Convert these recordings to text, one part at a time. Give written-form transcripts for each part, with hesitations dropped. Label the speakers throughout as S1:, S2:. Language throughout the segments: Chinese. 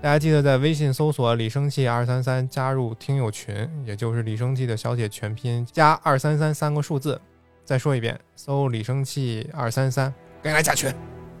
S1: 大家记得在微信搜索李生气233加入听友群，也就是李生气的小写全拼加233三个数字。再说一遍，搜李生气233，赶紧来加群。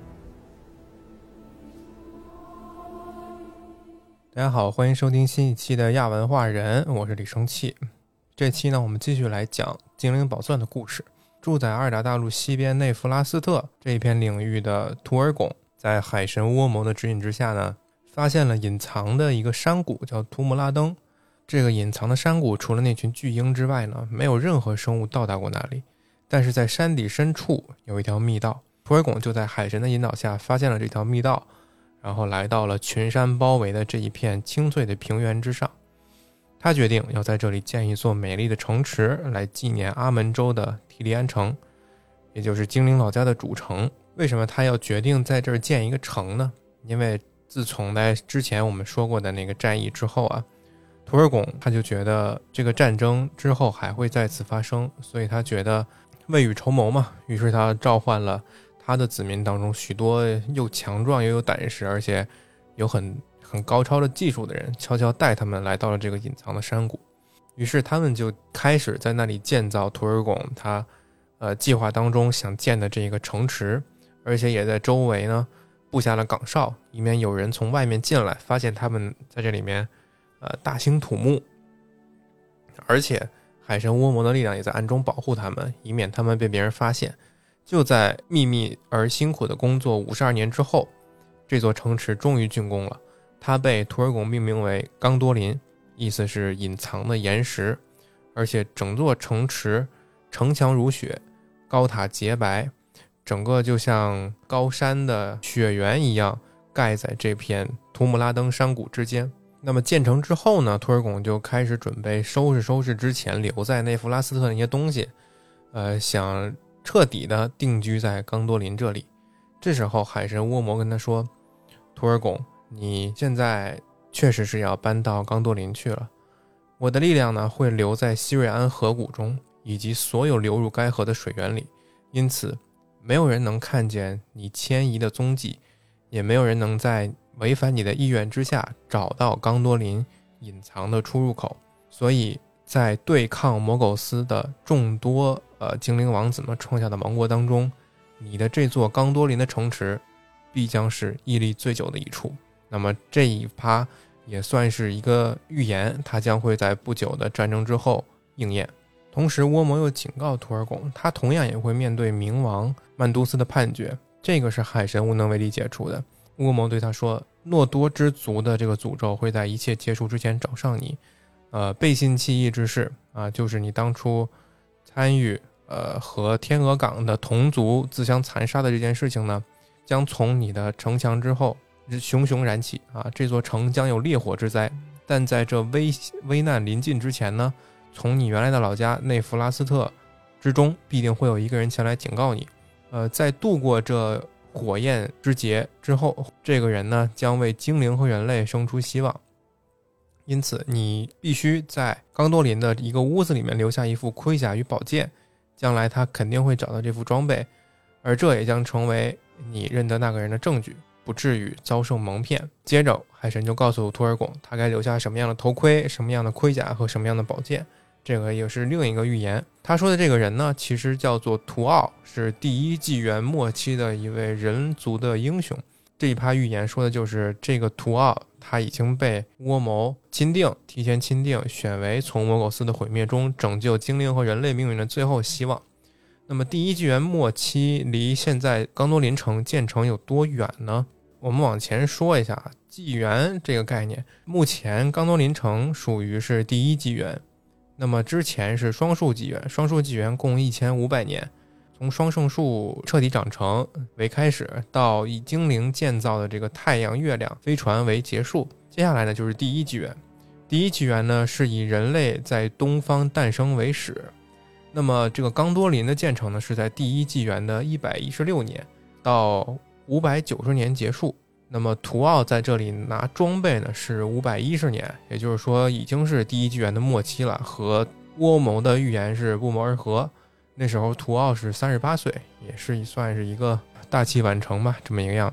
S1: 大家好，欢迎收听新一期的亚文化人，我是李生气。这期呢，我们继续来讲精灵宝钻的故事。住在阿尔达大陆西边内弗拉斯特这一片领域的图尔贡，在海神窝谋的指引之下呢，发现了隐藏的一个山谷，叫图姆拉登。这个隐藏的山谷除了那群巨鹰之外呢，没有任何生物到达过那里。但是在山底深处有一条密道，图尔贡就在海神的引导下发现了这条密道，然后来到了群山包围的这一片青翠的平原之上。他决定要在这里建一座美丽的城池，来纪念阿门州的提利安城，也就是精灵老家的主城。为什么他要决定在这儿建一个城呢？因为自从在之前我们说过的那个战役之后啊，图尔贡他就觉得这个战争之后还会再次发生，所以他觉得未雨绸缪嘛，于是他召唤了他的子民当中许多又强壮又有胆识，而且有很高超的技术的人，悄悄带他们来到了这个隐藏的山谷。于是他们就开始在那里建造图尔贡他计划当中想建的这个城池，而且也在周围呢布下了岗哨，以免有人从外面进来发现他们在这里面大兴土木。而且海神窝谋的力量也在暗中保护他们，以免他们被别人发现。就在秘密而辛苦的工作52年之后，这座城池终于竣工了。它被图尔贡命名为冈多林，意思是隐藏的岩石，而且整座城池城墙如雪，高塔洁白，整个就像高山的雪原一样盖在这片图姆拉登山谷之间。那么建成之后呢，图尔贡就开始准备收拾之前留在内弗拉斯特的那些东西，想彻底的定居在冈多林这里。这时候海神窝谋跟他说，图尔贡，你现在确实是要搬到冈多林去了，我的力量呢会留在西瑞安河谷中以及所有流入该河的水源里，因此没有人能看见你迁移的踪迹，也没有人能在违反你的意愿之下找到冈多林隐藏的出入口。所以在对抗魔苟斯的众多精灵王子们创下的王国当中，你的这座冈多林的城池必将是屹立最久的一处。那么这一趴也算是一个预言，它将会在不久的战争之后应验。同时窝谋又警告图尔贡，他同样也会面对冥王曼都斯的判决，这个是海神无能为力解除的。窝谋对他说，诺多之族的这个诅咒会在一切结束之前找上你。背信弃义之事就是你当初参与和天鹅港的同族自相残杀的这件事情呢，将从你的城墙之后熊熊燃起这座城将有烈火之灾。但在这危难临近之前呢，从你原来的老家内弗拉斯特之中必定会有一个人前来警告你，在度过这火焰之劫之后，这个人呢将为精灵和人类生出希望。因此你必须在冈多林的一个屋子里面留下一副盔甲与宝剑，将来他肯定会找到这副装备，而这也将成为你认得那个人的证据，不至于遭受蒙骗。接着海神就告诉图尔贡，他该留下什么样的头盔、什么样的盔甲和什么样的宝剑。这个也是另一个预言。他说的这个人呢，其实叫做图奥，是第一纪元末期的一位人族的英雄。这一趴预言说的就是这个图奥，他已经被窝谋提前钦定，选为从魔苟斯的毁灭中拯救精灵和人类命运的最后希望。那么第一纪元末期离现在冈多林城建成有多远呢？我们往前说一下纪元这个概念。目前冈多林城属于是第一纪元，那么之前是双树纪元，双树纪元共1500年，从双圣树彻底长成为开始，到以精灵建造的这个太阳月亮飞船为结束。接下来呢就是第一纪元。第一纪元呢是以人类在东方诞生为始，那么这个冈多林的建成呢是在第一纪元的116年到590年结束。那么图奥在这里拿装备呢是510年，也就是说已经是第一纪元的末期了，和窝谋的预言是不谋而合。那时候图奥是38岁，也是算是一个大器晚成吧，这么一个样子。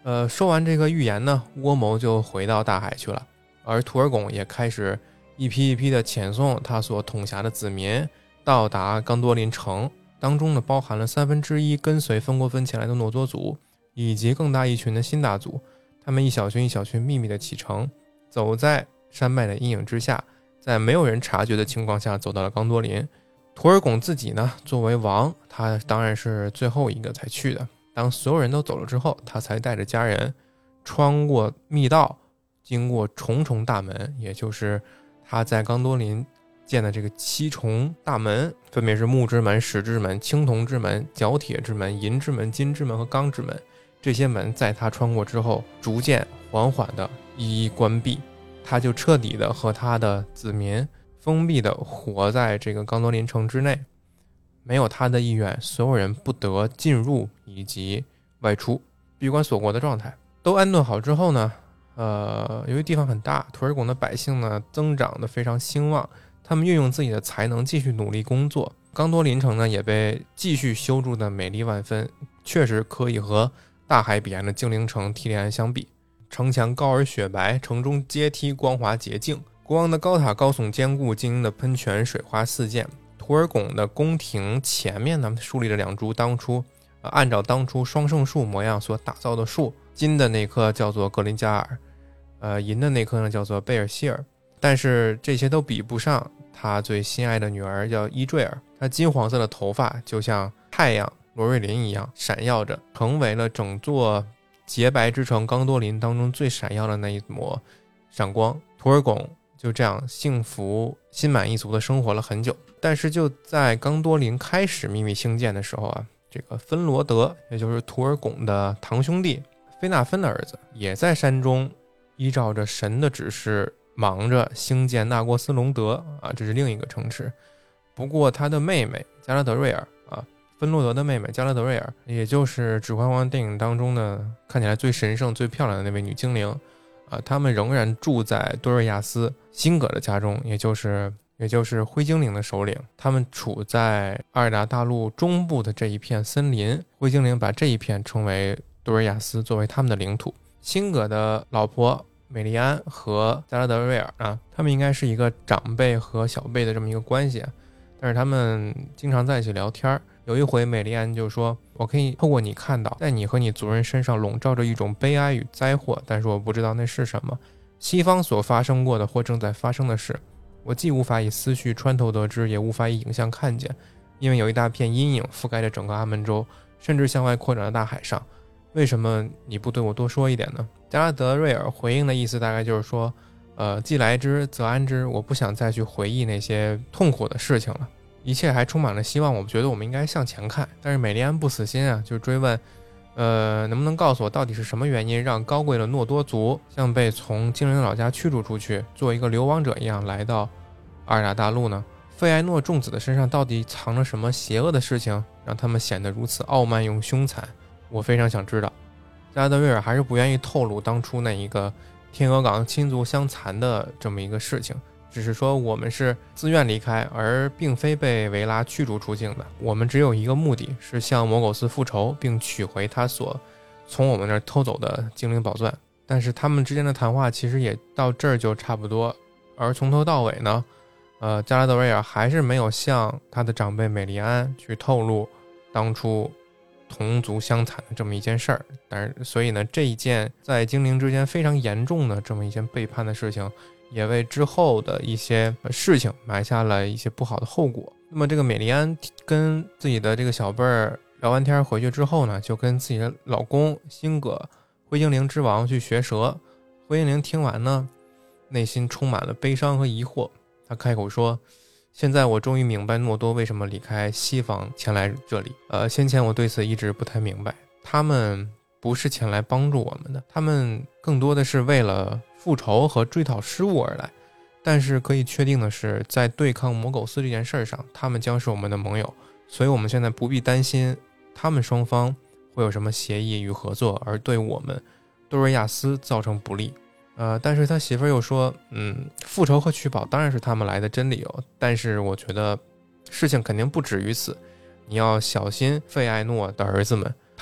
S1: 说完这个预言呢，倭谋就回到大海去了，而图尔贡也开始一批一批的遣送他所统辖的子民到达冈多林城，当中呢包含了1/3跟随芬国芬前来的诺多族，以及更大一群的辛达族。他们一小群一小群秘密的启程，走在山脉的阴影之下，在没有人察觉的情况下走到了冈多林。图尔贡自己呢，作为王，他当然是最后一个才去的。当所有人都走了之后，他才带着家人穿过密道，经过重重大门，也就是他在冈多林建的这个7重大门，分别是木之门、石之门、青铜之门、角铁之门、银之门、金之门和钢之门。这些门在他穿过之后，逐渐缓缓的一一关闭，他就彻底的和他的子民封闭的活在这个冈多林城之内，没有他的意愿，所有人不得进入以及外出，闭关锁国的状态。都安顿好之后呢，由于地方很大，图尔贡的百姓呢增长的非常兴旺，他们运用自己的才能继续努力工作。冈多林城呢也被继续修筑的美丽万分，确实可以和大海彼岸的精灵城提里安相比。城墙高而雪白，城中阶梯光滑洁净，国王的高塔高耸坚固，晶莹的喷泉水花四溅。图尔贡的宫廷前面呢竖立了2株按照当初双圣树模样所打造的树，金的那棵叫做格林加尔，银的那棵呢叫做贝尔希尔。但是这些都比不上他最心爱的女儿叫伊坠尔，她金黄色的头发就像太阳罗瑞琳一样闪耀着，成为了整座洁白之城冈多林当中最闪耀的那一抹闪光。图尔贡就这样幸福心满意足的生活了很久。但是就在冈多林开始秘密兴建的时候啊，这个芬罗德，也就是图尔贡的堂兄弟菲纳芬的儿子，也在山中依照着神的指示忙着兴建纳郭斯隆德啊，这是另一个城池。不过他的妹妹加拉德瑞尔啊，芬罗德的妹妹加拉德瑞尔，也就是《指环王》电影当中呢看起来最神圣最漂亮的那位女精灵啊，他们仍然住在多瑞亚斯辛葛的家中，也就是灰精灵的首领。他们处在阿尔达大陆中部的这一片森林，灰精灵把这一片称为多瑞亚斯，作为他们的领土。辛葛的老婆美丽安和加拉德瑞尔啊，他们应该是一个长辈和小辈的这么一个关系，但是他们经常在一起聊天。有一回美丽安就说，我可以透过你看到在你和你族人身上笼罩着一种悲哀与灾祸，但是我不知道那是什么，西方所发生过的或正在发生的事，我既无法以思绪穿透得知，也无法以影像看见，因为有一大片阴影覆盖着整个阿门州，甚至向外扩展的大海上。为什么你不对我多说一点呢？加拉德瑞尔回应的意思大概就是说，既来之则安之，我不想再去回忆那些痛苦的事情了，一切还充满了希望，我觉得我们应该向前看。但是美丽安不死心啊，就追问，能不能告诉我到底是什么原因让高贵的诺多族像被从精灵老家驱逐出去，做一个流亡者一样来到阿尔达大陆呢？费埃诺众子的身上到底藏着什么邪恶的事情，让他们显得如此傲慢又凶残？我非常想知道。加拉德瑞尔还是不愿意透露当初那一个天鹅港亲族相残的这么一个事情，只是说我们是自愿离开，而并非被维拉驱逐出境的。我们只有一个目的，是向摩苟斯复仇，并取回他所从我们那儿偷走的精灵宝钻。但是他们之间的谈话其实也到这儿就差不多，而从头到尾呢，加拉德瑞尔还是没有向他的长辈美丽安去透露当初同族相残的这么一件事儿。但是所以呢，这一件在精灵之间非常严重的这么一件背叛的事情，也为之后的一些事情埋下了一些不好的后果。那么这个美丽安跟自己的这个小辈儿聊完天回去之后呢，就跟自己的老公辛葛灰精灵之王去学蛇。灰精灵听完呢，内心充满了悲伤和疑惑，他开口说，现在我终于明白诺多为什么离开西方前来这里。先前我对此一直不太明白，他们不是前来帮助我们的，他们更多的是为了复仇和追讨失误而来。但是可以确定的是，在对抗摩苟斯这件事上，他们将是我们的盟友，所以我们现在不必担心他们双方会有什么协议与合作而对我们多瑞亚斯造成不利。但是他媳妇又说，复仇和取宝当然是他们来的真理由，但是我觉得事情肯定不止于此，你要小心费艾诺的儿子们，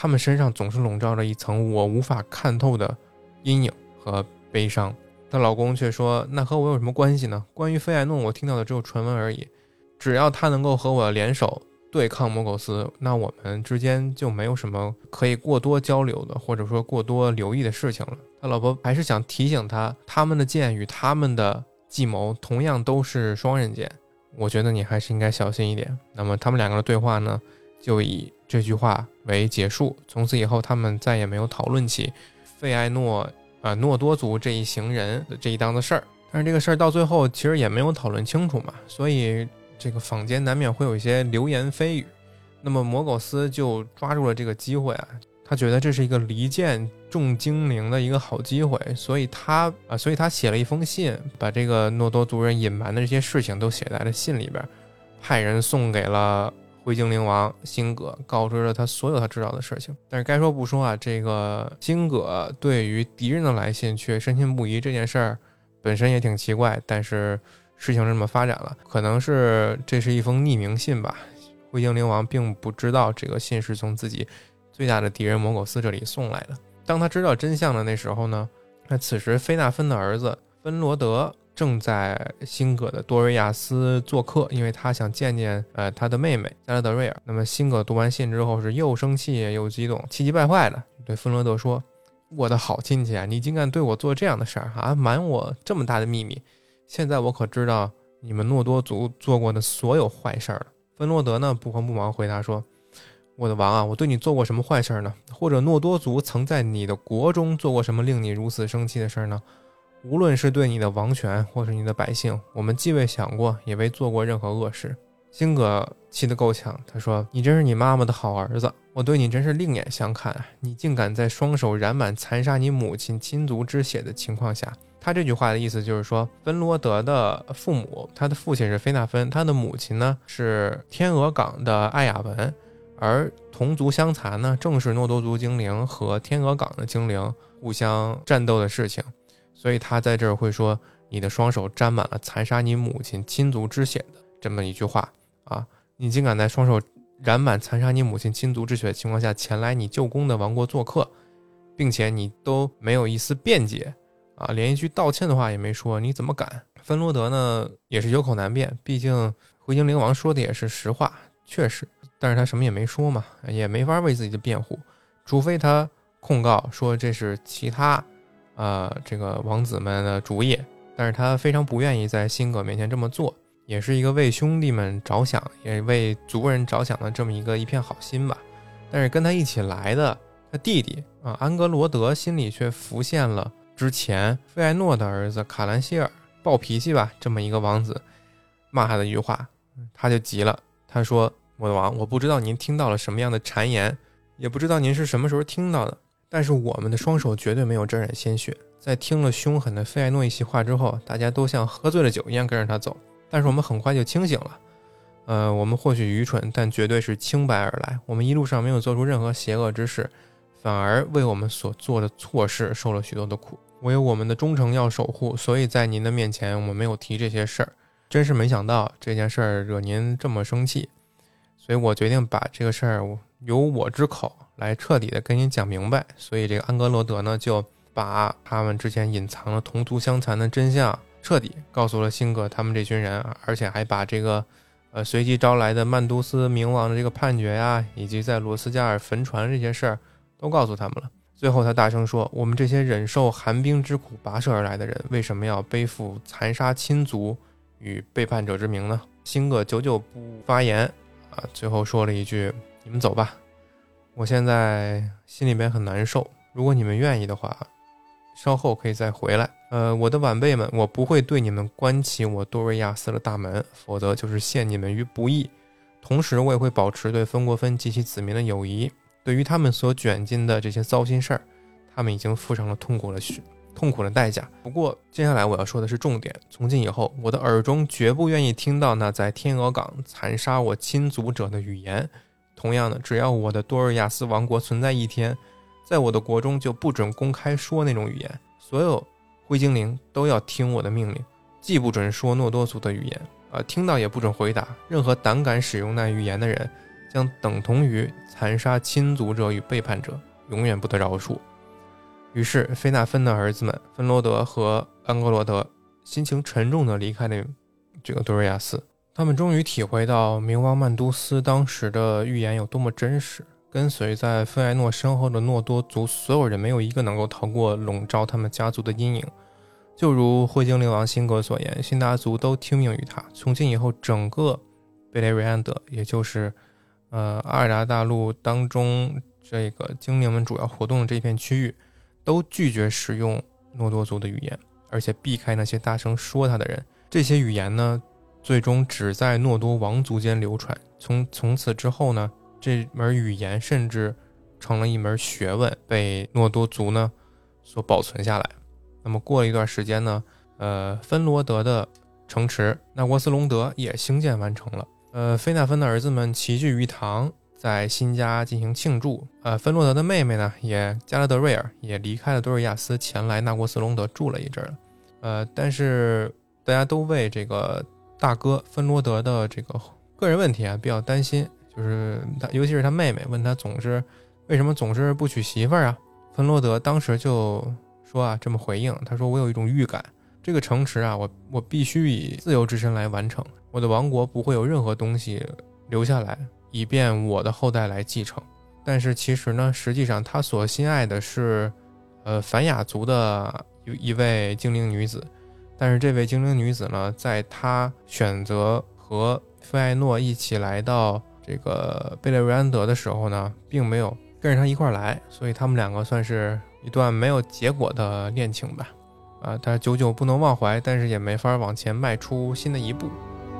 S1: 他们身上总是笼罩着一层我无法看透的阴影和悲伤。她老公却说，那和我有什么关系呢？关于费艾诺我听到的只有传闻而已，只要他能够和我联手对抗魔苟斯，那我们之间就没有什么可以过多交流的，或者说过多留意的事情了。他老婆还是想提醒他，他们的剑与他们的计谋同样都是双刃剑，我觉得你还是应该小心一点。那么他们两个的对话呢，就以这句话为结束。从此以后他们再也没有讨论起费艾诺诺多族这一行人的这一档子事儿。但是这个事儿到最后其实也没有讨论清楚嘛，所以这个坊间难免会有一些流言蜚语。那么魔苟斯就抓住了这个机会啊，他觉得这是一个离间众精灵的一个好机会，所以他写了一封信，把这个诺多族人隐瞒的这些事情都写在了信里边，派人送给了灰精灵王辛葛，告知了他所有他知道的事情。但是该说不说啊，这个辛葛对于敌人的来信却深信不疑，这件事儿本身也挺奇怪，但是事情这么发展了，可能是这是一封匿名信吧。灰精灵王并不知道这个信是从自己最大的敌人魔苟斯这里送来的。当他知道真相的那时候呢，那此时菲纳芬的儿子芬罗德正在辛葛的多瑞亚斯做客，因为他想见见他的妹妹加拉德瑞尔。那么辛葛读完信之后是又生气又激动，气急败坏的对芬罗德说，我的好亲戚啊，你竟敢对我做这样的事儿啊，瞒我这么大的秘密，现在我可知道你们诺多族做过的所有坏事了。芬罗德呢不慌不忙回答说，我的王啊，我对你做过什么坏事呢？或者诺多族曾在你的国中做过什么令你如此生气的事呢？无论是对你的王权或是你的百姓，我们既未想过也未做过任何恶事。辛葛气得够呛，他说，你真是你妈妈的好儿子，我对你真是另眼相看啊！你竟敢在双手染满残杀你母亲亲族之血的情况下。他这句话的意思就是说，芬罗德的父母，他的父亲是菲纳芬，他的母亲呢是天鹅港的艾雅文，而同族相残呢正是诺多族精灵和天鹅港的精灵互相战斗的事情。所以他在这儿会说，你的双手沾满了残杀你母亲亲族之血的这么一句话啊！你竟敢在双手染满残杀你母亲亲族之血的情况下前来你舅公的王国做客，并且你都没有一丝辩解啊，连一句道歉的话也没说，你怎么敢？芬罗德呢也是有口难辩，毕竟灰精灵王说的也是实话，确实，但是他什么也没说嘛，也没法为自己的辩护，除非他控告说这是其他这个王子们的主意，但是他非常不愿意在辛葛面前这么做，也是一个为兄弟们着想，也为族人着想的这么一片好心吧。但是跟他一起来的他弟弟安格罗德心里却浮现了之前费艾诺的儿子卡兰希尔暴脾气吧这么一个王子骂他的一句话，他就急了，他说，我的王，我不知道您听到了什么样的谗言，也不知道您是什么时候听到的，但是我们的双手绝对没有沾染鲜血。在听了凶狠的费艾诺一席话之后，大家都像喝醉了酒一样跟着他走，但是我们很快就清醒了。我们或许愚蠢，但绝对是清白而来。我们一路上没有做出任何邪恶之事，反而为我们所做的错事受了许多的苦。我有我们的忠诚要守护，所以在您的面前我们没有提这些事儿。真是没想到这件事儿惹您这么生气，所以我决定把这个事儿由我之口来彻底的跟您讲明白。所以这个安格罗德呢就把他们之前隐藏了同族相残的真相彻底告诉了辛葛他们这群人，而且还把这个随即招来的曼都斯冥王的这个判决呀，以及在罗斯加尔焚船这些事儿都告诉他们了。最后他大声说，我们这些忍受寒冰之苦跋涉而来的人，为什么要背负残杀亲族与背叛者之名呢？辛葛久久不发言最后说了一句，你们走吧，我现在心里边很难受，如果你们愿意的话，稍后可以再回来。我的晚辈们，我不会对你们关起我多瑞亚斯的大门，否则就是陷你们于不义。同时我也会保持对芬国芬及其子民的友谊。对于他们所卷进的这些糟心事儿，他们已经付上了痛苦的代价。不过接下来我要说的是重点，从今以后我的耳中绝不愿意听到那在天鹅港残杀我亲族者的语言。同样的，只要我的多尔亚斯王国存在一天，在我的国中就不准公开说那种语言，所有灰精灵都要听我的命令，既不准说诺多族的语言听到也不准回答。任何胆敢使用那语言的人， 将等同于残杀亲族者与背叛者，永远不得饶恕。于是菲纳芬的儿子们芬罗德和安格罗德心情沉重地离开了这个多瑞亚斯。他们终于体会到冥王曼都斯当时的预言有多么真实，跟随在费埃诺身后的诺多族所有人没有一个能够逃过笼罩他们家族的阴影。就如灰精灵王辛格所言，辛达族都听命于他，从今以后整个贝雷瑞安德，也就是阿尔达大陆当中这个精灵们主要活动的这片区域，都拒绝使用诺多族的语言，而且避开那些大声说他的人。这些语言呢，最终只在诺多王族间流传。从此之后呢，这门语言甚至成了一门学问，被诺多族呢所保存下来。那么过了一段时间呢，芬罗德的城池纳国斯隆德也兴建完成了。菲纳芬的儿子们齐聚于堂，在新家进行庆祝。芬罗德的妹妹呢，加拉德瑞尔也离开了多瑞亚斯，前来纳国斯隆德住了一阵了。但是大家都为这个大哥芬罗德的这个个人问题比较担心，就是尤其是他妹妹问他为什么总是不娶媳妇儿啊？芬罗德当时就说这么回应，他说我有一种预感，这个城池我必须以自由之身来完成，我的王国不会有任何东西留下来，以便我的后代来继承。但是其实呢，实际上他所心爱的是凡雅族的一位精灵女子，但是这位精灵女子呢，在她选择和费艾诺一起来到这个贝雷瑞安德的时候呢，并没有跟着他一块来，所以他们两个算是一段没有结果的恋情吧。他久久不能忘怀，但是也没法往前迈出新的一步。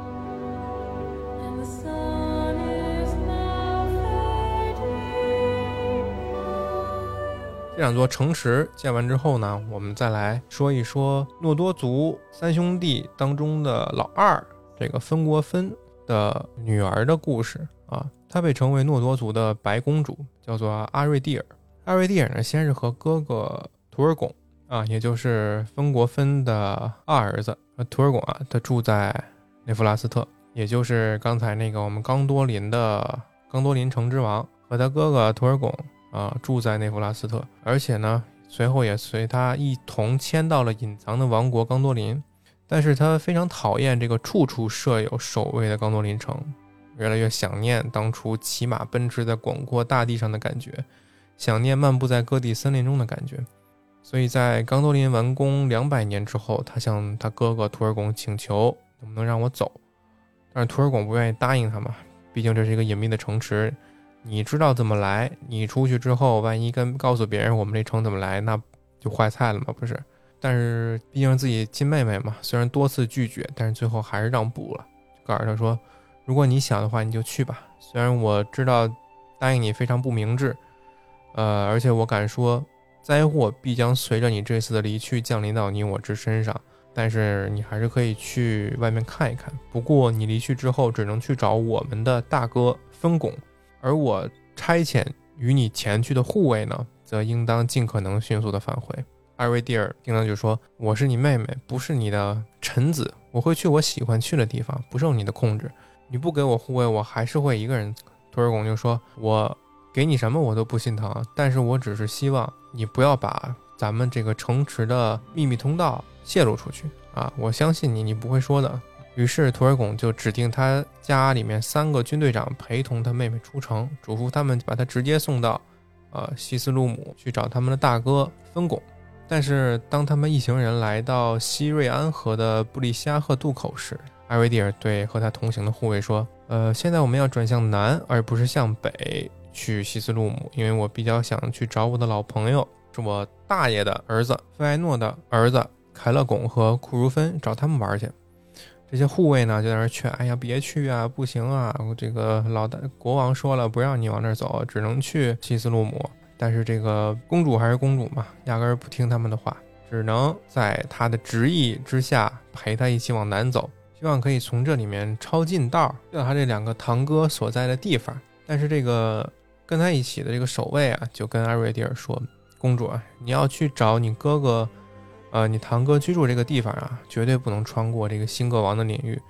S1: 这两座城池建完之后呢，我们再来说一说诺多族三兄弟当中的老二，这个芬国芬的女儿的故事她被称为诺多族的白公主，叫做阿瑞蒂尔。阿瑞蒂尔呢，先是和哥哥图尔贡也就是芬国芬的二儿子图尔贡他住在内弗拉斯特，也就是刚才那个我们刚多林城之王，和他哥哥图尔贡住在内弗拉斯特，而且呢随后也随他一同迁到了隐藏的王国刚多林。但是他非常讨厌这个处处设有守卫的刚多林城，越来越想念当初骑马奔驰在广阔大地上的感觉，想念漫步在各地森林中的感觉。所以在刚多林完工200年之后，他向他哥哥图尔贡请求能不能让我走，但是图尔贡不愿意答应他嘛，毕竟这是一个隐秘的城池，你知道怎么来，你出去之后万一告诉别人我们这城怎么来，那就坏菜了嘛，不是？但是毕竟自己亲妹妹嘛，虽然多次拒绝，但是最后还是让步了，就告诉他说如果你想的话你就去吧，虽然我知道答应你非常不明智，而且我敢说灾祸必将随着你这次的离去降临到你我之身上，但是你还是可以去外面看一看，不过你离去之后只能去找我们的大哥芬拱，而我差遣与你前去的护卫呢，则应当尽可能迅速的返回。阿瑞蒂尔听了就说，我是你妹妹，不是你的臣子，我会去我喜欢去的地方，不受你的控制，你不给我护卫我还是会一个人走。图尔贡就说，我给你什么我都不心疼，但是我只是希望你不要把咱们这个城池的秘密通道泄露出去我相信你不会说的。于是图尔贡就指定他家里面3个军队长陪同他妹妹出城，嘱咐他们把他直接送到西斯路姆去找他们的大哥芬拱。但是当他们一行人来到西瑞安河的布利虾赫渡口时，艾瑞蒂尔对和他同行的护卫说，现在我们要转向南而不是向北去西斯路姆，因为我比较想去找我的老朋友，是我大爷的儿子费埃诺的儿子凯勒拱和库如芬，找他们玩去。这些护卫呢就在那劝，哎呀别去啊，不行啊，这个国王说了不让你往那儿走，只能去西斯路姆。但是这个公主还是公主嘛，压根儿不听他们的话，只能在他的旨意之下陪他一起往南走，希望可以从这里面抄近道到他这2个堂哥所在的地方。但是这个跟他一起的这个守卫就跟阿瑞蒂尔说，公主你要去找你哥哥你堂哥居住这个地方绝对不能穿过这个辛格王的领域，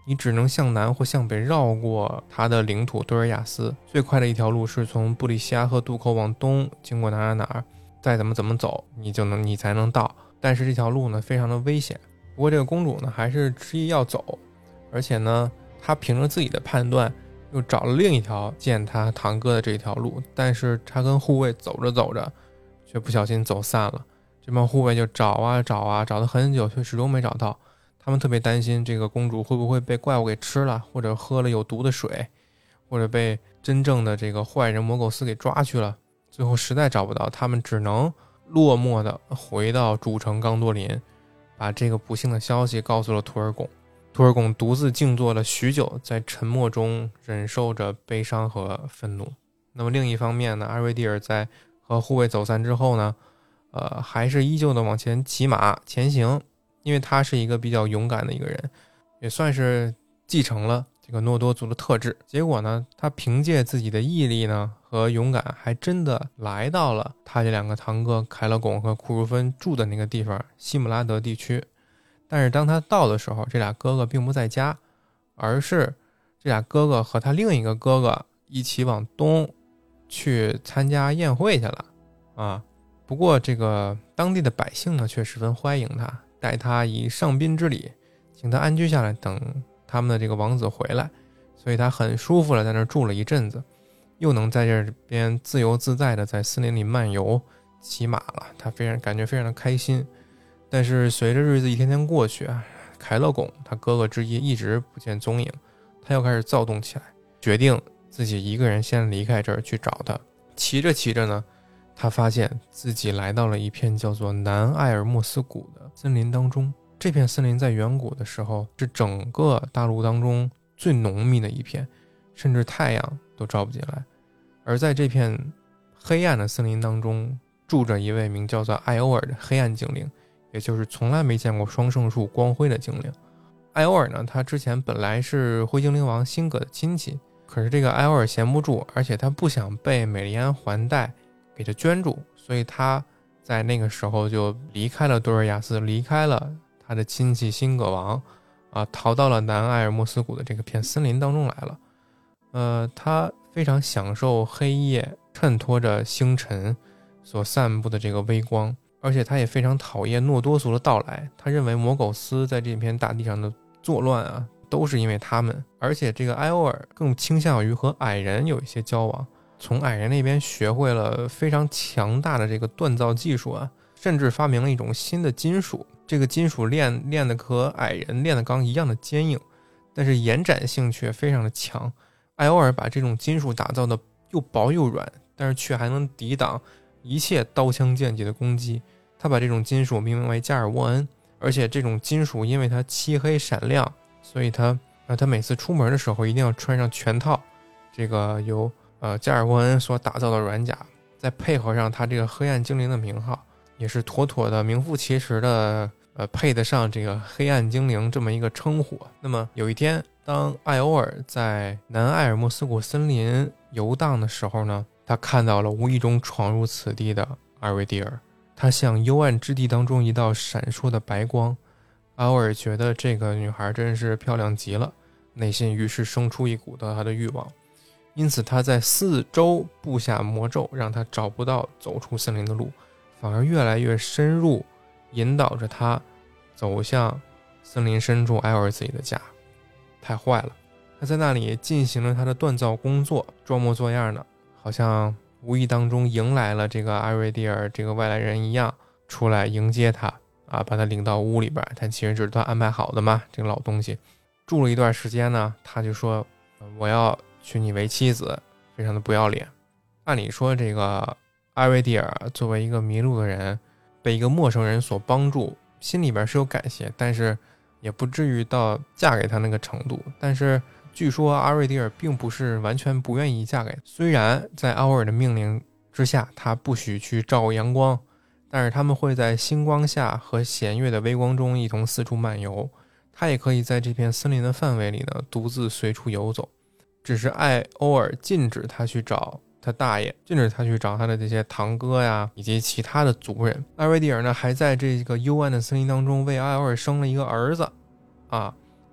S1: 你只能向南或向北绕过他的领土多尔亚斯。最快的一条路是从布里西亚河渡口往东，经过哪儿，再怎么走，你才能到。但是这条路呢非常的危险。不过这个公主呢还是执意要走，而且呢她凭着自己的判断又找了另一条见她堂哥的这条路，但是她跟护卫走着却不小心走散了。这帮护卫就找了很久，却始终没找到。他们特别担心这个公主会不会被怪物给吃了，或者喝了有毒的水，或者被真正的这个坏人魔苟斯给抓去了。最后实在找不到，他们只能落寞的回到主城刚多林，把这个不幸的消息告诉了图尔贡。图尔贡独自静坐了许久，在沉默中忍受着悲伤和愤怒。那么另一方面呢，阿瑞蒂尔在和护卫走散之后呢，还是依旧的往前骑马前行，因为他是一个比较勇敢的一个人，也算是继承了这个诺多族的特质。结果呢，他凭借自己的毅力呢和勇敢，还真的来到了他这两个堂哥凯勒贡和库茹芬住的那个地方西姆拉德地区。但是当他到的时候，这俩哥哥并不在家，而是这俩哥哥和他另一个哥哥一起往东去参加宴会去了啊。不过这个当地的百姓呢却十分欢迎他，待他以上宾之礼，请他安居下来，等他们的这个王子回来。所以他很舒服了，在那儿住了一阵子，又能在这边自由自在的在森林里漫游骑马了，他感觉非常的开心。但是随着日子一天天过去啊，凯勒贡他哥哥之一一直不见踪影，他又开始躁动起来，决定自己一个人先离开这儿去找他。骑着呢，他发现自己来到了一片叫做南埃尔莫斯谷的森林当中。这片森林在远古的时候是整个大陆当中最浓密的一片，甚至太阳都照不进来。而在这片黑暗的森林当中，住着一位名叫做艾欧尔的黑暗精灵，也就是从来没见过双圣树光辉的精灵。艾欧尔呢，他之前本来是灰精灵王辛格的亲戚，可是这个艾欧尔闲不住，而且他不想被美丽安还贷给他圈住，所以他在那个时候就离开了多尔亚斯，离开了他的亲戚辛格王逃到了南埃尔莫斯谷的这个片森林当中来了。他非常享受黑夜衬托着星辰所散布的这个微光，而且他也非常讨厌诺多族的到来。他认为魔苟斯在这片大地上的作乱都是因为他们。而且这个埃欧尔更倾向于和矮人有一些交往，从矮人那边学会了非常强大的这个锻造技术甚至发明了一种新的金属。这个金属练的和矮人炼的钢一样的坚硬，但是延展性却非常的强。埃欧尔把这种金属打造的又薄又软，但是却还能抵挡一切刀枪剑戟的攻击。他把这种金属命名为加尔沃恩，而且这种金属因为它漆黑闪亮，所以他每次出门的时候一定要穿上全套这个由加尔沃恩所打造的软甲，再配合上他这个黑暗精灵的名号，也是妥妥的名副其实的配得上这个黑暗精灵这么一个称呼。那么有一天，当艾欧尔在南埃尔莫斯谷森林游荡的时候呢，他看到了无意中闯入此地的阿瑞蒂尔。他像幽暗之地当中一道闪烁的白光。艾欧尔觉得这个女孩真是漂亮极了，内心于是生出一股的他的欲望，因此他在四周布下魔咒，让他找不到走出森林的路，反而越来越深入，引导着他走向森林深处埃欧尔自己的家。太坏了，他在那里进行了他的锻造工作，装模作样的，好像无意当中迎来了这个阿瑞蒂尔这个外来人一样，出来迎接他把他领到屋里边。但其实这是他安排好的嘛，这个老东西。住了一段时间呢，他就说我要娶你为妻子，非常的不要脸。按理说这个阿瑞蒂尔作为一个迷路的人，被一个陌生人所帮助，心里边是有感谢，但是也不至于到嫁给他那个程度。但是据说阿瑞蒂尔并不是完全不愿意嫁给，虽然在奥尔的命令之下，他不许去照阳光，但是他们会在星光下和弦月的微光中一同四处漫游。他也可以在这片森林的范围里呢，独自随处游走。只是艾欧尔禁止他去找他大爷，禁止他去找他的这些堂哥呀，以及其他的族人。阿瑞蒂尔呢，还在这个幽暗的森林当中为艾欧尔生了一个儿子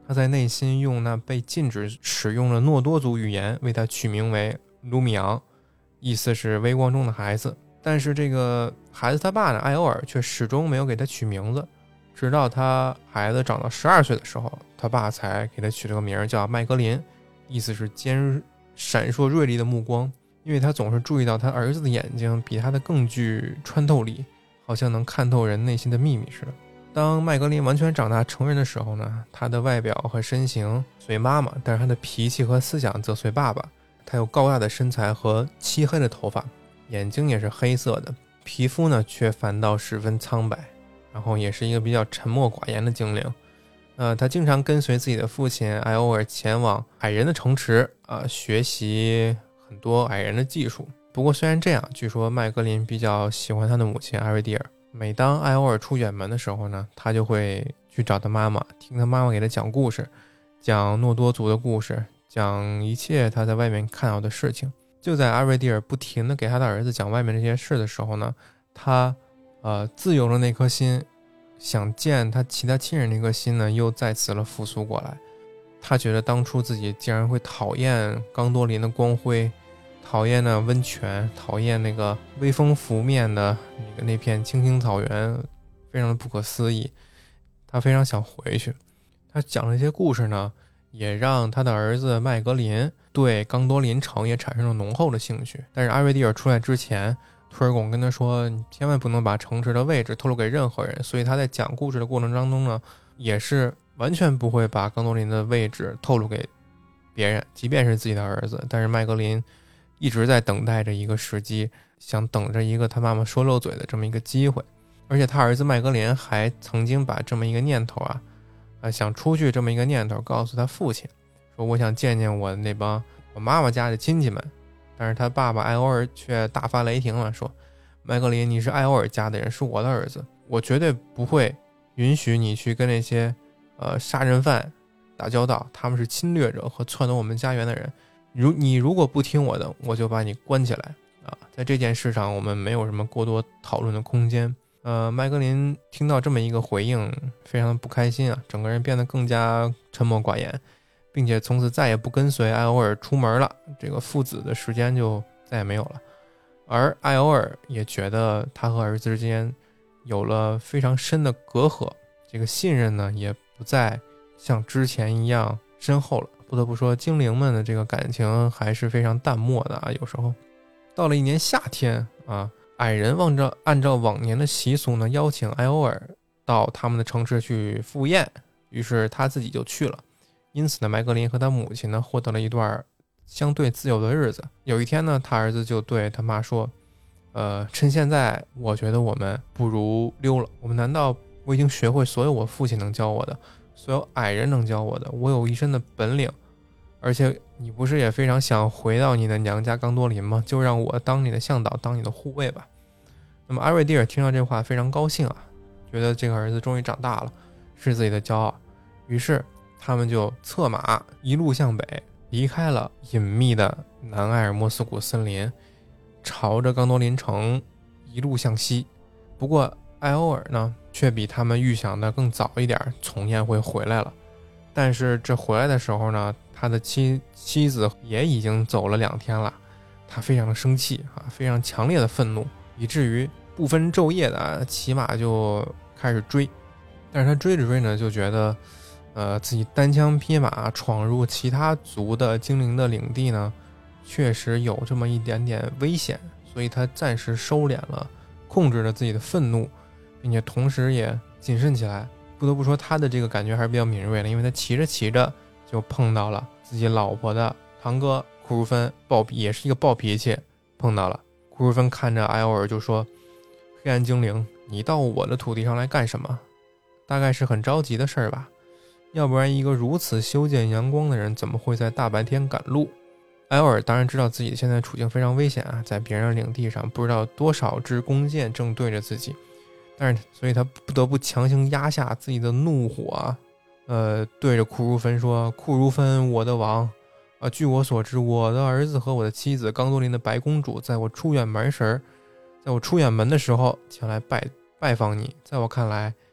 S1: 他在内心用那被禁止使用的诺多族语言为他取名为卢米昂，意思是微光中的孩子。但是这个孩子他爸呢，艾欧尔却始终没有给他取名字，直到他孩子长到12岁的时候，他爸才给他取了个名叫麦格林，意思是闪烁锐利的目光，因为他总是注意到他儿子的眼睛比他的更具穿透力，好像能看透人内心的秘密似的。当麦格林完全长大成人的时候呢，他的外表和身形随妈妈，但是他的脾气和思想则随爸爸。他有高大的身材和漆黑的头发，眼睛也是黑色的，皮肤呢却反倒十分苍白，然后也是一个比较沉默寡言的精灵。他经常跟随自己的父亲艾欧尔前往矮人的城池学习很多矮人的技术。不过虽然这样，据说麦格林比较喜欢他的母亲艾瑞蒂尔。每当艾欧尔出远门的时候呢，他就会去找他妈妈，听他妈妈给他讲故事，讲诺多族的故事，讲一切他在外面看到的事情。就在艾瑞蒂尔不停地给他的儿子讲外面这些事的时候呢，他自由的那颗心，想见他其他亲人那颗心呢，又再次复苏过来。他觉得当初自己竟然会讨厌冈多林的光辉，讨厌那温泉，讨厌那个微风拂面的那片青青草原，非常的不可思议。他非常想回去。他讲这些故事呢，也让他的儿子麦格林对冈多林城也产生了浓厚的兴趣。但是艾瑞蒂尔出来之前，推尔贡跟他说，你千万不能把城池的位置透露给任何人。所以他在讲故事的过程当中呢，也是完全不会把冈多林的位置透露给别人，即便是自己的儿子。但是麦格林一直在等待着一个时机，想等着一个他妈妈说漏嘴的这么一个机会。而且他儿子麦格林还曾经把这么一个念头想出去这么一个念头告诉他父亲，说我想见见我那帮我妈妈家的亲戚们。但是他爸爸艾欧尔却大发雷霆了，说麦格林，你是艾欧尔家的人，是我的儿子，我绝对不会允许你去跟那些杀人犯打交道，他们是侵略者和篡夺我们家园的人。你如果不听我的，我就把你关起来在这件事上我们没有什么过多讨论的空间。麦格林听到这么一个回应，非常的不开心整个人变得更加沉默寡言，并且从此再也不跟随艾欧尔出门了，这个父子的时间就再也没有了。而艾欧尔也觉得他和儿子之间有了非常深的隔阂，这个信任呢也不再像之前一样深厚了。不得不说，精灵们的这个感情还是非常淡漠的有时候。到了一年夏天矮人按照往年的习俗呢，邀请艾欧尔到他们的城市去赴宴，于是他自己就去了。因此呢，麦格林和他母亲呢获得了一段相对自由的日子。有一天呢，他儿子就对他妈说，趁现在我觉得我们不如溜了。我已经学会所有我父亲能教我的，所有矮人能教我的，我有一身的本领。而且你不是也非常想回到你的娘家冈多林吗？就让我当你的向导，当你的护卫吧。那么艾瑞蒂尔听到这话非常高兴觉得这个儿子终于长大了，是自己的骄傲。于是他们就策马一路向北，离开了隐秘的南埃尔莫斯谷森林，朝着冈多林城一路向西。不过艾欧尔呢，却比他们预想的更早一点从宴会回来了。但是这回来的时候呢，他的妻子也已经走了2天了。他非常的生气非常强烈的愤怒，以至于不分昼夜的骑马就开始追。但是他追着追呢，就觉得自己单枪匹马闯入其他族的精灵的领地呢，确实有这么一点点危险。所以他暂时收敛了，控制了自己的愤怒，并且同时也谨慎起来。不得不说，他的这个感觉还是比较敏锐的，因为他骑着骑着就碰到了自己老婆的堂哥库如芬，也是一个暴脾气，碰到了。库如芬看着艾欧尔就说，黑暗精灵，你到我的土地上来干什么？大概是很着急的事儿吧，要不然一个如此修见阳光的人怎么会在大白天赶路？艾欧尔当然知道自己现在处境非常危险在别人领地上不知道多少支弓箭正对着自己，但是所以他不得不强行压下自己的怒火对着库如芬说，库如芬，我的王据我所知，我的儿子和我的妻子冈多林的白公主在我出远门的时候前来拜访你。在我看来，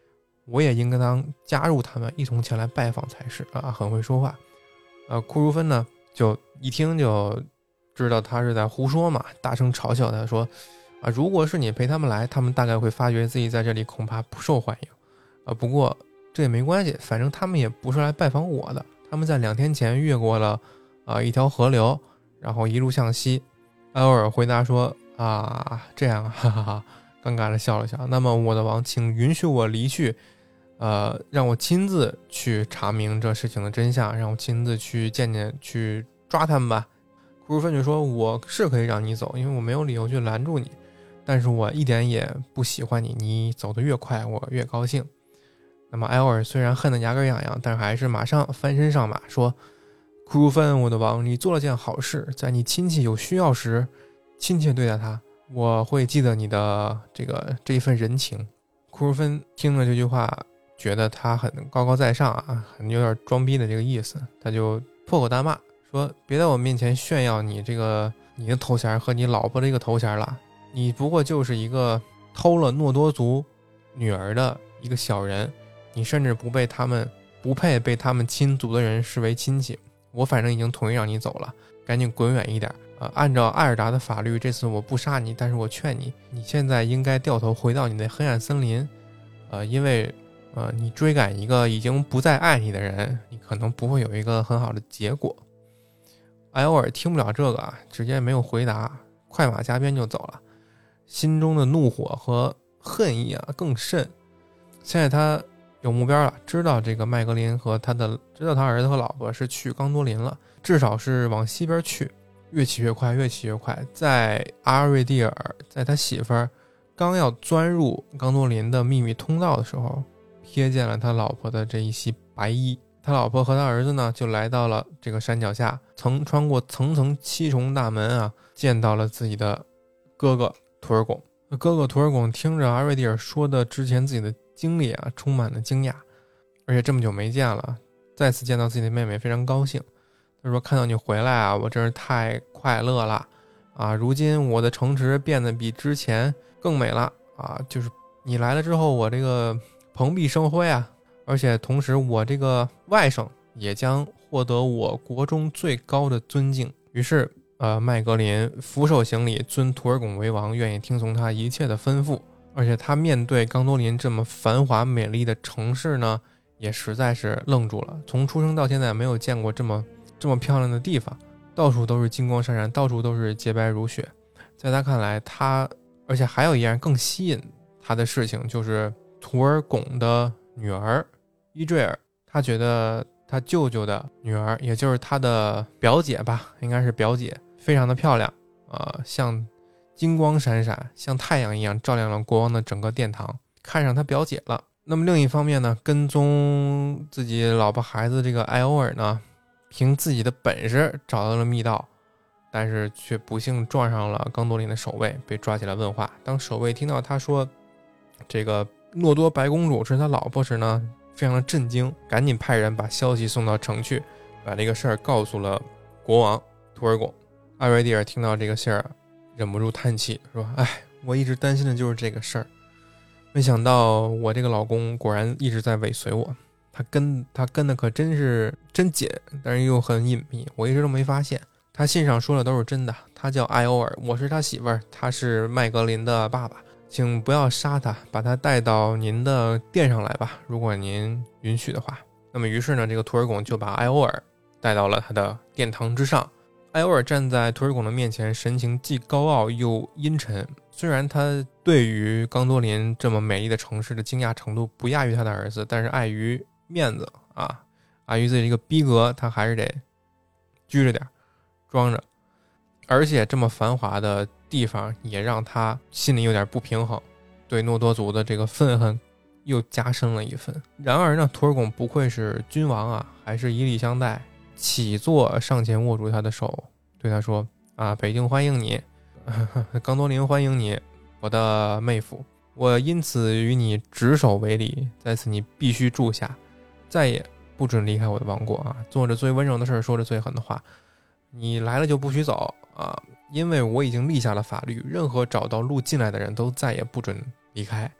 S1: 我也应当加入他们，一同前来拜访才是啊，很会说话。库如芬呢，就一听就知道他是在胡说嘛，大声嘲笑他说啊，如果是你陪他们来，他们大概会发觉自己在这里恐怕不受欢迎啊。不过这也没关系，反正他们也不是来拜访我的，他们在2天前越过了一条河流，然后一路向西。埃欧尔回答说啊，这样，哈哈哈，尴尬的笑了笑。那么我的王，请允许我离去，让我亲自去查明这事情的真相，让我亲自去去抓他们吧。库如芬就说，我是可以让你走，因为我没有理由去拦住你，但是我一点也不喜欢你，你走得越快我越高兴。那么埃欧尔虽然恨得牙根痒痒，但是还是马上翻身上马说，库如芬，我的王，你做了件好事，在你亲戚有需要时亲切对待他，我会记得你的这一份人情。库如芬听了这句话，觉得他很高高在上啊，很有点装逼的这个意思，他就破口大骂说，别在我面前炫耀你的头衔和你老婆这个头衔了，你不过就是一个偷了诺多族女儿的一个小人，你甚至不配被他们亲族的人视为亲戚。我反正已经同意让你走了，赶紧滚远一点。按照艾尔达的法律，这次我不杀你，但是我劝你，你现在应该掉头回到你的黑暗森林，因为你追赶一个已经不再爱你的人，你可能不会有一个很好的结果。埃欧尔听不了这个啊，直接没有回答，快马加鞭就走了，心中的怒火和恨意啊更甚。现在他有目标了，知道这个麦格林和知道他儿子和老婆是去冈多林了，至少是往西边去，越骑越快，越骑越快。在阿瑞蒂尔在他媳妇儿刚要钻入冈多林的秘密通道的时候，瞥见了他老婆的这一袭白衣。他老婆和他儿子呢，就来到了这个山脚下，穿过层层七重大门啊，见到了自己的哥哥图尔贡。哥哥图尔贡听着阿瑞蒂尔说的之前自己的经历啊，充满了惊讶，而且这么久没见了，再次见到自己的妹妹非常高兴。他说，看到你回来啊，我真是太快乐了啊！如今我的城池变得比之前更美了啊，就是你来了之后，我这个蓬荜生辉啊，而且同时我这个外甥也将获得我国中最高的尊敬。于是麦格林俯首行礼，尊图尔贡为王，愿意听从他一切的吩咐。而且他面对冈多林这么繁华美丽的城市呢，也实在是愣住了。从出生到现在没有见过这么漂亮的地方，到处都是金光闪闪，到处都是洁白如雪。在他看来，而且还有一样更吸引他的事情，就是图尔贡的女儿伊坠尔。他觉得他舅舅的女儿，也就是他的表姐吧，应该是表姐，非常的漂亮像金光闪闪，像太阳一样照亮了国王的整个殿堂，看上他表姐了。那么另一方面呢，跟踪自己老婆孩子这个埃欧尔呢，凭自己的本事找到了密道，但是却不幸撞上了冈多林的守卫，被抓起来问话。当守卫听到他说这个诺多白公主是他老婆时呢，非常的震惊，赶紧派人把消息送到城去，把这个事儿告诉了国王图尔贡。阿瑞蒂尔听到这个信儿，忍不住叹气说，我一直担心的就是这个事儿，没想到我这个老公果然一直在尾随我，他跟的可真紧，但是又很隐秘，我一直都没发现。他信上说的都是真的，他叫埃欧尔，我是他媳妇儿，他是麦格林的爸爸，请不要杀他，把他带到您的殿上来吧，如果您允许的话。那么于是呢，这个图尔贡就把埃欧尔带到了他的殿堂之上。埃欧尔站在图尔贡的面前，神情既高傲又阴沉。虽然他对于冈多林这么美丽的城市的惊讶程度不亚于他的儿子，但是碍于面子碍于自己这个逼格，他还是得拘着点，装着。而且这么繁华的地方也让他心里有点不平衡，对诺多族的这个愤恨又加深了一分。然而呢，图尔贡不愧是君王还是以礼相待，起坐上前握住他的手，对他说北京欢迎你，冈多林欢迎你，我的妹夫，我因此与你执手为礼，在此你必须住下，再也不准离开我的王国做着最温柔的事，说着最狠的话，你来了就不许走因为我已经立下了法律，任何找到路进来的人都再也不准离开。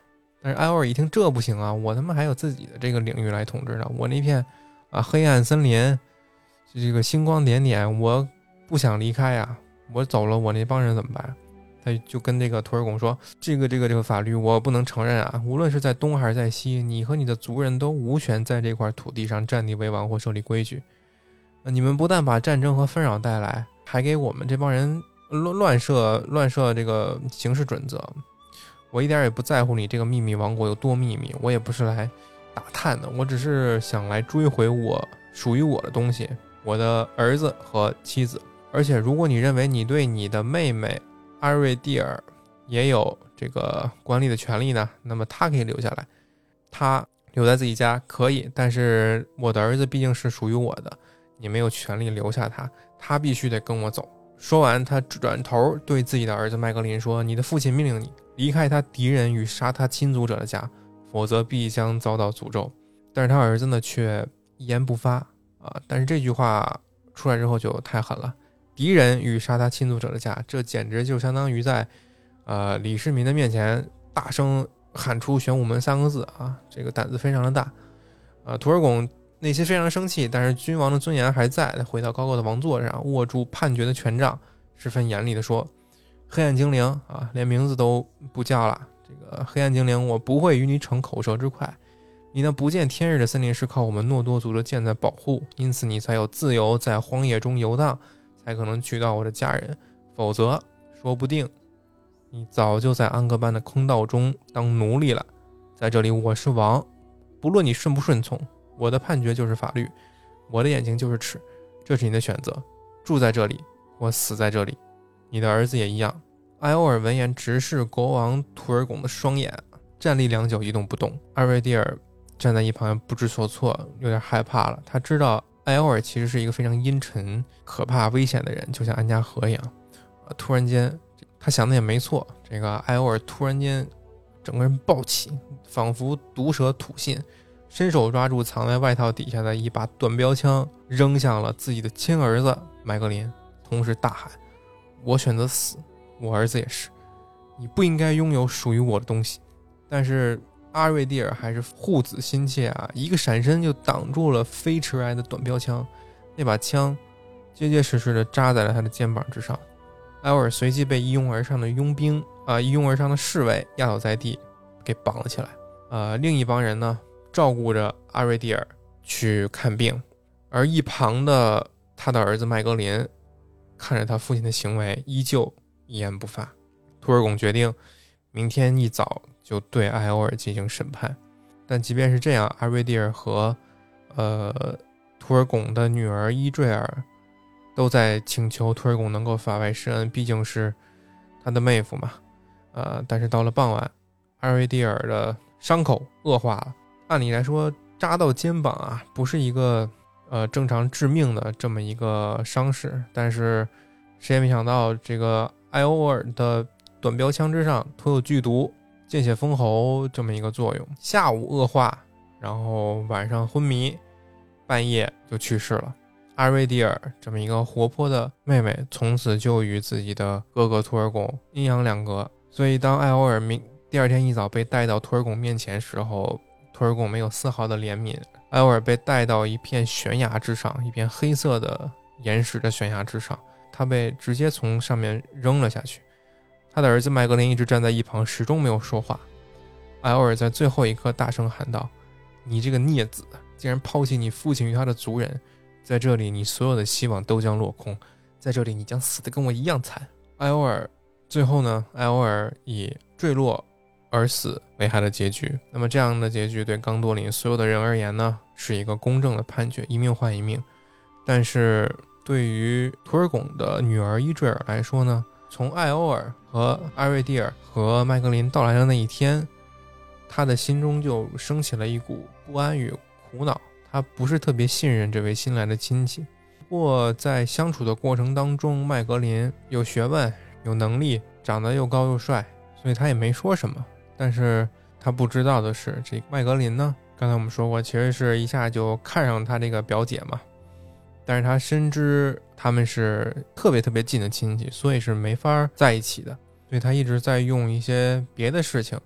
S1: 但是艾欧尔一听这不行啊，我他妈还有自己的这个领域来统治呢，我那片黑暗森林，这个星光点点，我不想离开啊，我走了，我那帮人怎么办？他就跟这个图尔贡说，这个法律我不能承认啊，无论是在东还是在西，你和你的族人都无权在这块土地上占地为王或设立规矩。你们不但把战争和纷扰带来，还给我们这帮人乱设这个行事准则。我一点也不在乎你这个秘密王国有多秘密，我也不是来打探的，我只是想来追回我属于我的东西，我的儿子和妻子。而且如果你认为你对你的妹妹阿瑞蒂尔也有这个管理的权利呢，那么他可以留下来，他留在自己家可以，但是我的儿子毕竟是属于我的，你没有权利留下他，他必须得跟我走。说完，他转头对自己的儿子麦格林说，你的父亲命令你离开他敌人与杀他亲族者的家，否则必将遭到诅咒。但是他儿子呢却一言不发但是这句话出来之后就太狠了，敌人与杀他亲族者的家，这简直就相当于在李世民的面前大声喊出玄武门3个字啊，这个胆子非常的大。图尔贡内心非常生气，但是君王的尊严还在，回到高高的王座上，握住判决的权杖，十分严厉地说，黑暗精灵连名字都不叫了，这个黑暗精灵我不会与你逞口舌之快，你那不见天日的森林是靠我们诺多族的剑在保护，因此你才有自由在荒野中游荡，才可能娶到我的家人，否则说不定你早就在安格班的坑道中当奴隶了。在这里我是王，不论你顺不顺从，我的判决就是法律，我的眼睛就是尺，这是你的选择，住在这里或死在这里，你的儿子也一样。艾欧尔闻言直视国王图尔贡的双眼，站立良久一动不动。阿瑞蒂尔站在一旁不知所措，有点害怕了，他知道艾欧尔其实是一个非常阴沉可怕危险的人，就像安家和一样。突然间他想的也没错，这个艾欧尔突然间整个人暴起，仿佛毒蛇吐信，伸手抓住藏在外套底下的一把短标枪，扔向了自己的亲儿子麦格林，同时大喊，我选择死，我儿子也是，你不应该拥有属于我的东西。但是阿瑞蒂尔还是护子心切一个闪身就挡住了飞驰来的短标枪，那把枪结结实实的扎在了他的肩膀之上。艾欧尔随即被一拥而上的佣兵一拥而上的侍卫压倒在地，给绑了起来。另一帮人呢照顾着阿瑞蒂尔去看病，而一旁的他的儿子麦格林看着他父亲的行为依旧一言不发。图尔贡决定明天一早就对艾欧尔进行审判，但即便是这样，阿瑞蒂尔和图尔贡的女儿伊坠尔都在请求图尔贡能够法外施恩，毕竟是他的妹夫嘛。但是到了傍晚，阿瑞蒂尔的伤口恶化了，按理来说扎到肩膀不是一个正常致命的这么一个伤势，但是谁也没想到这个艾欧尔的短标枪之上涂有剧毒，见血封喉这么一个作用，下午恶化，然后晚上昏迷，半夜就去世了。阿瑞蒂尔这么一个活泼的妹妹从此就与自己的哥哥图尔贡阴阳两隔，所以当艾欧尔第二天一早被带到图尔贡面前时候，图尔贡没有丝毫的怜悯。艾欧尔被带到一片悬崖之上，一片黑色的岩石的悬崖之上，他被直接从上面扔了下去。他的儿子麦格林一直站在一旁，始终没有说话。艾欧尔在最后一刻大声喊道，你这个孽子，竟然抛弃你父亲与他的族人，在这里你所有的希望都将落空，在这里你将死得跟我一样惨。艾欧尔最后呢，艾欧尔以坠落而死为他的结局。那么这样的结局对刚多林所有的人而言呢，是一个公正的判决，一命换一命。但是对于图尔贡的女儿伊坠尔来说呢，从艾欧尔和阿瑞蒂尔和麦格林到来的那一天，他的心中就升起了一股不安与苦恼，他不是特别信任这位新来的亲戚。不过在相处的过程当中，麦格林有学问有能力，长得又高又帅，所以他也没说什么。但是他不知道的是，这个麦格林呢，刚才我们说过，其实是一下就看上他这个表姐嘛，但是他深知他们是特别特别近的亲戚，所以是没法在一起的。所以他一直在用一些别的事情，比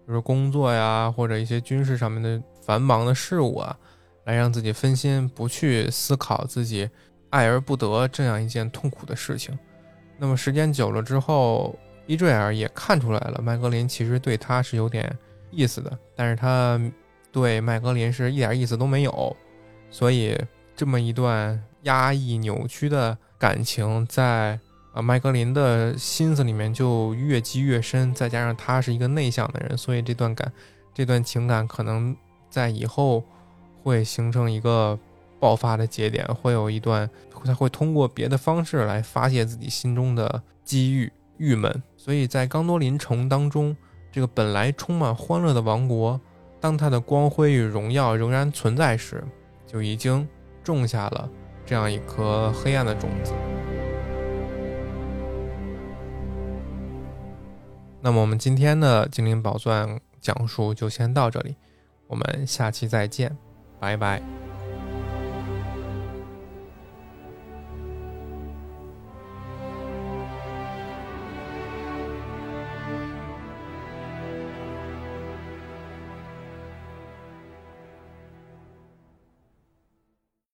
S1: 比如工作呀，或者一些军事上面的繁忙的事物啊，来让自己分心，不去思考自己爱而不得这样一件痛苦的事情。那么时间久了之后，伊坠尔也看出来了麦格林其实对他是有点意思的，但是他对麦格林是一点意思都没有，所以这么一段压抑扭曲的感情在麦格林的心思里面就越积越深，再加上他是一个内向的人，所以这段情感可能在以后会形成一个爆发的节点，会有一段他会通过别的方式来发泄自己心中的积郁郁闷。所以在刚多林城当中，这个本来充满欢乐的王国，当它的光辉与荣耀仍然存在时，就已经种下了这样一颗黑暗的种子。那么我们今天的精灵宝钻讲述就先到这里，我们下期再见，拜拜。